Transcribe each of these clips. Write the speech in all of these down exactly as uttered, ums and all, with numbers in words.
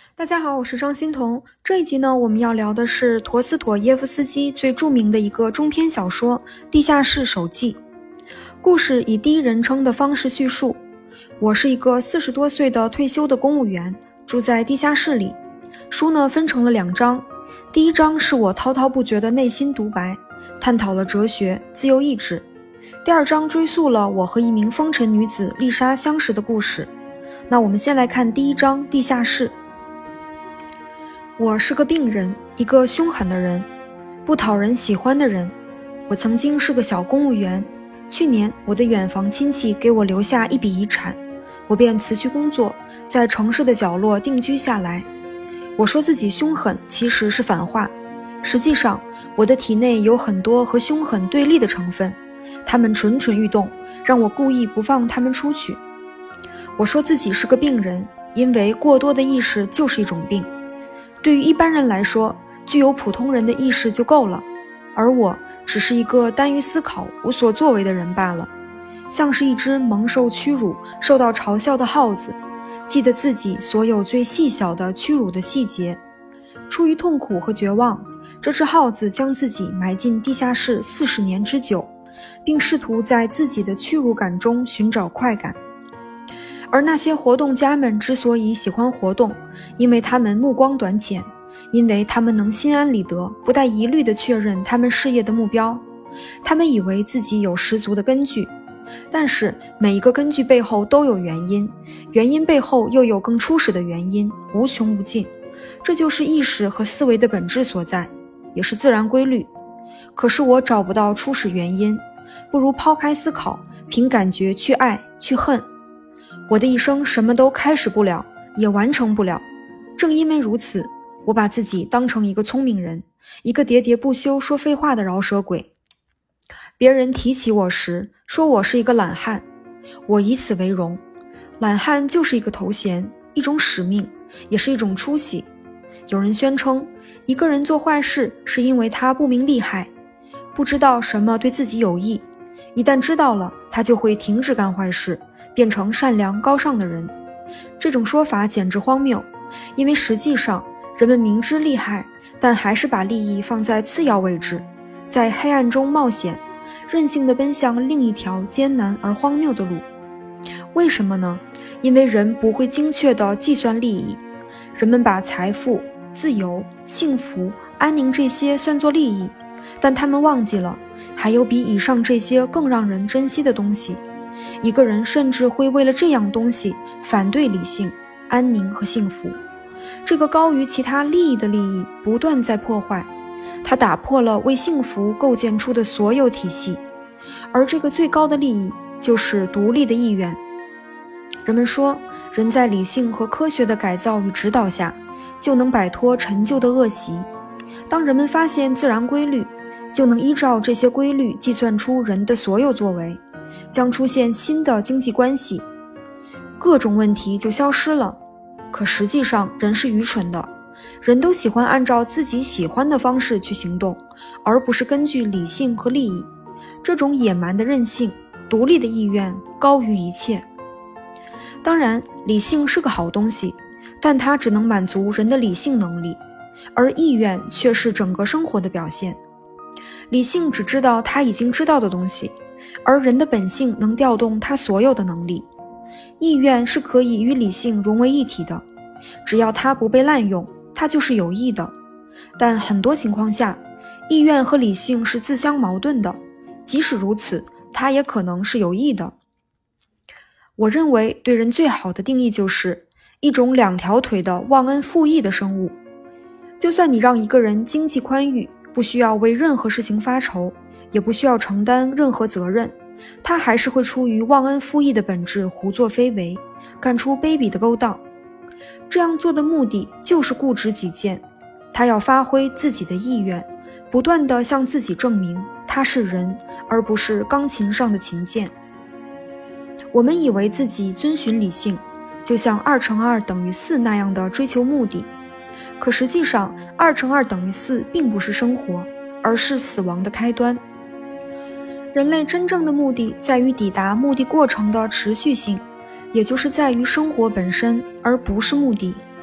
大家好，我是张欣彤。这一集呢，我们要聊的是陀思妥耶夫斯基最著名的一个中篇小说《地下室手记》。故事以第一人称的方式叙述。我是一个四十多岁的退休的公务员，住在地下室里。书呢分成了两章，第一章是我滔滔不绝的内心独白，探讨了哲学、自由意志。第二章追溯了我和一名风尘女子丽莎相识的故事。那我们先来看第一章地下室。我是个病人，一个凶狠的人，不讨人喜欢的人。我曾经是个小公务员，去年我的远房亲戚给我留下一笔遗产，我便辞去工作，在城市的角落定居下来。我说自己凶狠，其实是反话。实际上，我的体内有很多和凶狠对立的成分，它们蠢蠢欲动，让我故意不放它们出去。我说自己是个病人，因为过多的意识就是一种病。对于一般人来说，具有普通人的意识就够了，而我只是一个耽于思考、无所作为的人罢了，像是一只蒙受屈辱、受到嘲笑的耗子，记得自己所有最细小的屈辱的细节。出于痛苦和绝望，这只耗子将自己埋进地下室四十年之久，并试图在自己的屈辱感中寻找快感。而那些活动家们之所以喜欢活动，因为他们目光短浅，因为他们能心安理得、不带疑虑地确认他们事业的目标。他们以为自己有十足的根据，但是每一个根据背后都有原因，原因背后又有更初始的原因，无穷无尽。这就是意识和思维的本质所在，也是自然规律。可是我找不到初始原因，不如抛开思考，凭感觉去爱、去恨。我的一生什么都开始不了，也完成不了。正因为如此，我把自己当成一个聪明人，一个喋喋不休说废话的饶舌鬼。别人提起我时，说我是一个懒汉，我以此为荣。懒汉就是一个头衔，一种使命，也是一种出息。有人宣称，一个人做坏事是因为他不明利害，不知道什么对自己有益，一旦知道了，他就会停止干坏事，变成善良高尚的人。这种说法简直荒谬，因为实际上人们明知利害，但还是把利益放在次要位置，在黑暗中冒险，任性地奔向另一条艰难而荒谬的路。为什么呢？因为人不会精确地计算利益，人们把财富、自由、幸福、安宁这些算作利益，但他们忘记了还有比以上这些更让人珍惜的东西。一个人甚至会为了这样东西反对理性、安宁和幸福。这个高于其他利益的利益不断在破坏，它打破了为幸福构建出的所有体系，而这个最高的利益就是独立的意愿。人们说，人在理性和科学的改造与指导下，就能摆脱陈旧的恶习。当人们发现自然规律，就能依照这些规律计算出人的所有作为，将出现新的经济关系，各种问题就消失了。可实际上人是愚蠢的，人都喜欢按照自己喜欢的方式去行动，而不是根据理性和利益。这种野蛮的任性，独立的意愿高于一切。当然，理性是个好东西，但它只能满足人的理性能力，而意愿却是整个生活的表现。理性只知道他已经知道的东西，而人的本性能调动他所有的能力。意愿是可以与理性融为一体的，只要它不被滥用，它就是有益的。但很多情况下，意愿和理性是自相矛盾的，即使如此，它也可能是有益的。我认为对人最好的定义就是一种两条腿的忘恩负义的生物。就算你让一个人经济宽裕，不需要为任何事情发愁，也不需要承担任何责任，他还是会出于忘恩负义的本质胡作非为，干出卑鄙的勾当。这样做的目的就是固执己见，他要发挥自己的意愿，不断地向自己证明他是人，而不是钢琴上的琴键。我们以为自己遵循理性，就像二乘二等于四那样的追求目的，可实际上二乘二等于四并不是生活，而是死亡的开端。人类真正的目的在于抵达目的过程的持续性，也就是在于生活本身，而不是目的。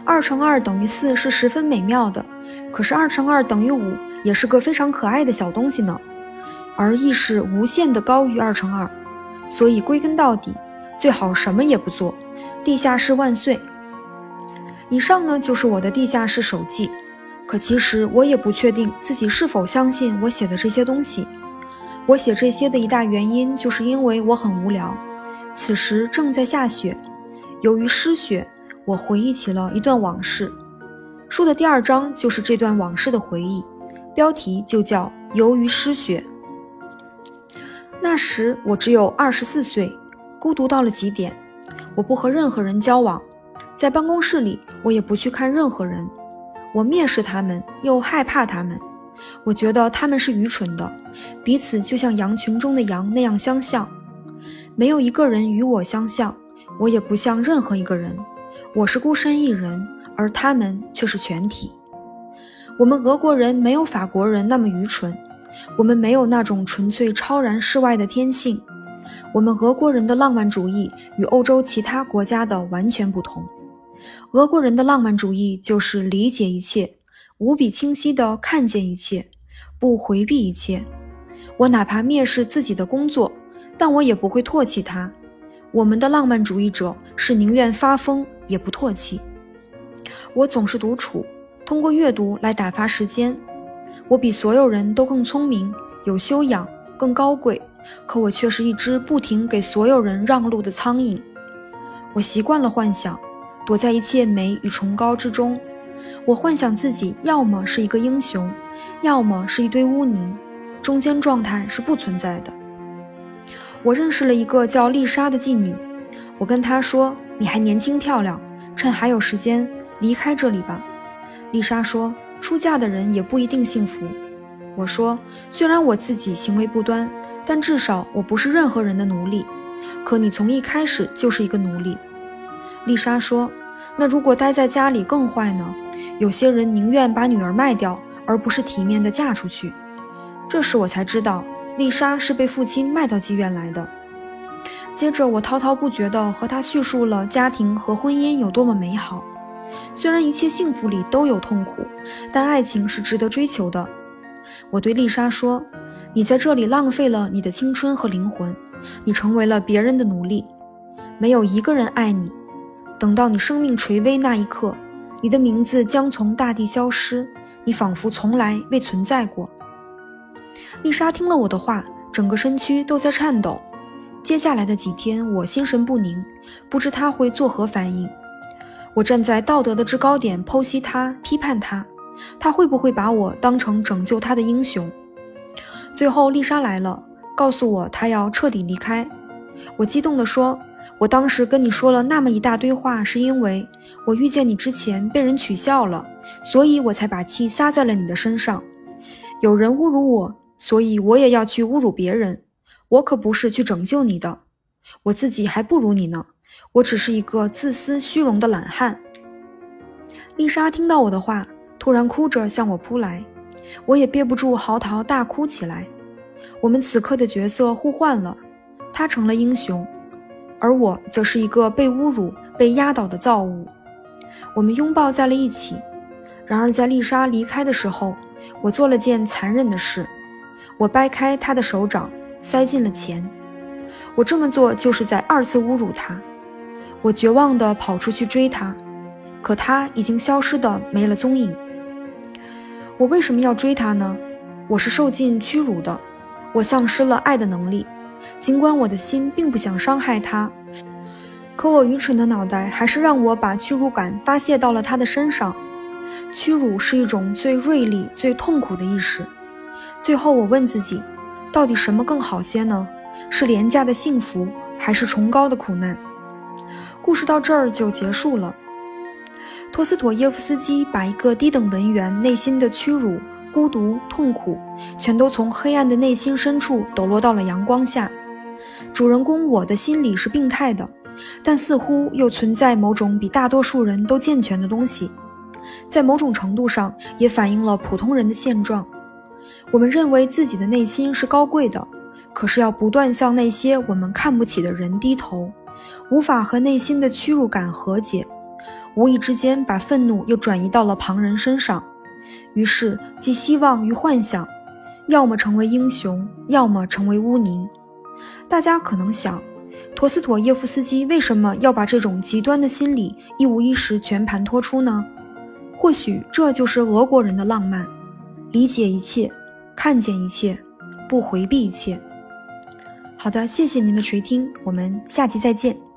二乘二等于四是十分美妙的，可是二乘二等于五也是个非常可爱的小东西呢。而意识无限的高于二乘二，所以归根到底，最好什么也不做，地下室万岁。以上呢就是我的地下室手记，可其实我也不确定自己是否相信我写的这些东西。我写这些的一大原因就是因为我很无聊，此时正在下雪，由于失血，我回忆起了一段往事。书的第二章就是这段往事的回忆，标题就叫由于失血。那时我只有二十四岁，孤独到了极点，我不和任何人交往，在办公室里我也不去看任何人，我蔑视他们，又害怕他们，我觉得他们是愚蠢的，彼此就像羊群中的羊那样相像，没有一个人与我相像，我也不像任何一个人，我是孤身一人，而他们却是全体。我们俄国人没有法国人那么愚蠢，我们没有那种纯粹超然世外的天性，我们俄国人的浪漫主义与欧洲其他国家的完全不同。俄国人的浪漫主义就是理解一切，无比清晰地看见一切，不回避一切。我哪怕蔑视自己的工作，但我也不会唾弃它。我们的浪漫主义者是宁愿发疯也不唾弃。我总是独处，通过阅读来打发时间。我比所有人都更聪明，有修养，更高贵，可我却是一只不停给所有人让路的苍蝇。我习惯了幻想，躲在一切美与崇高之中。我幻想自己要么是一个英雄，要么是一堆污泥，中间状态是不存在的。我认识了一个叫丽莎的妓女，我跟她说，你还年轻漂亮，趁还有时间离开这里吧。丽莎说，出嫁的人也不一定幸福。我说，虽然我自己行为不端，但至少我不是任何人的奴隶，可你从一开始就是一个奴隶。丽莎说，那如果待在家里更坏呢？有些人宁愿把女儿卖掉，而不是体面地嫁出去。这时我才知道，丽莎是被父亲卖到妓院来的。接着我滔滔不绝地和她叙述了家庭和婚姻有多么美好，虽然一切幸福里都有痛苦，但爱情是值得追求的。我对丽莎说，你在这里浪费了你的青春和灵魂，你成为了别人的奴隶，没有一个人爱你。等到你生命垂危那一刻，你的名字将从大地消失，你仿佛从来未存在过。丽莎听了我的话，整个身躯都在颤抖。接下来的几天我心神不宁，不知她会作何反应。我站在道德的制高点剖析她，批判她，她会不会把我当成拯救她的英雄？最后丽莎来了，告诉我她要彻底离开。我激动地说，我当时跟你说了那么一大堆话，是因为我遇见你之前被人取笑了，所以我才把气撒在了你的身上。有人侮辱我，所以我也要去侮辱别人。我可不是去拯救你的，我自己还不如你呢，我只是一个自私虚荣的懒汉。丽莎听到我的话，突然哭着向我扑来，我也憋不住嚎啕大哭起来。我们此刻的角色互换了，她成了英雄，而我则是一个被侮辱、被压倒的造物。我们拥抱在了一起。然而在丽莎离开的时候，我做了件残忍的事，我掰开她的手掌，塞进了钱。我这么做就是在二次侮辱她。我绝望地跑出去追她，可她已经消失得没了踪影。我为什么要追她呢？我是受尽屈辱的，我丧失了爱的能力。尽管我的心并不想伤害她，可我愚蠢的脑袋还是让我把屈辱感发泄到了她的身上。屈辱是一种最锐利、最痛苦的意识。最后我问自己，到底什么更好些呢？是廉价的幸福，还是崇高的苦难？故事到这儿就结束了。托斯妥耶夫斯基把一个低等文员内心的屈辱、孤独、痛苦，全都从黑暗的内心深处抖落到了阳光下。主人公我的心理是病态的，但似乎又存在某种比大多数人都健全的东西，在某种程度上也反映了普通人的现状。我们认为自己的内心是高贵的，可是要不断向那些我们看不起的人低头，无法和内心的屈辱感和解。 无意之间把愤怒又转移到了旁人身上，于是寄希望与幻想，要么成为英雄，要么成为污泥。大家可能想，陀思妥耶夫斯基为什么要把这种极端的心理一五一十全盘托出呢？或许这就是俄国人的浪漫，理解一切，看见一切，不回避一切。好的，谢谢您的垂听，我们下期再见。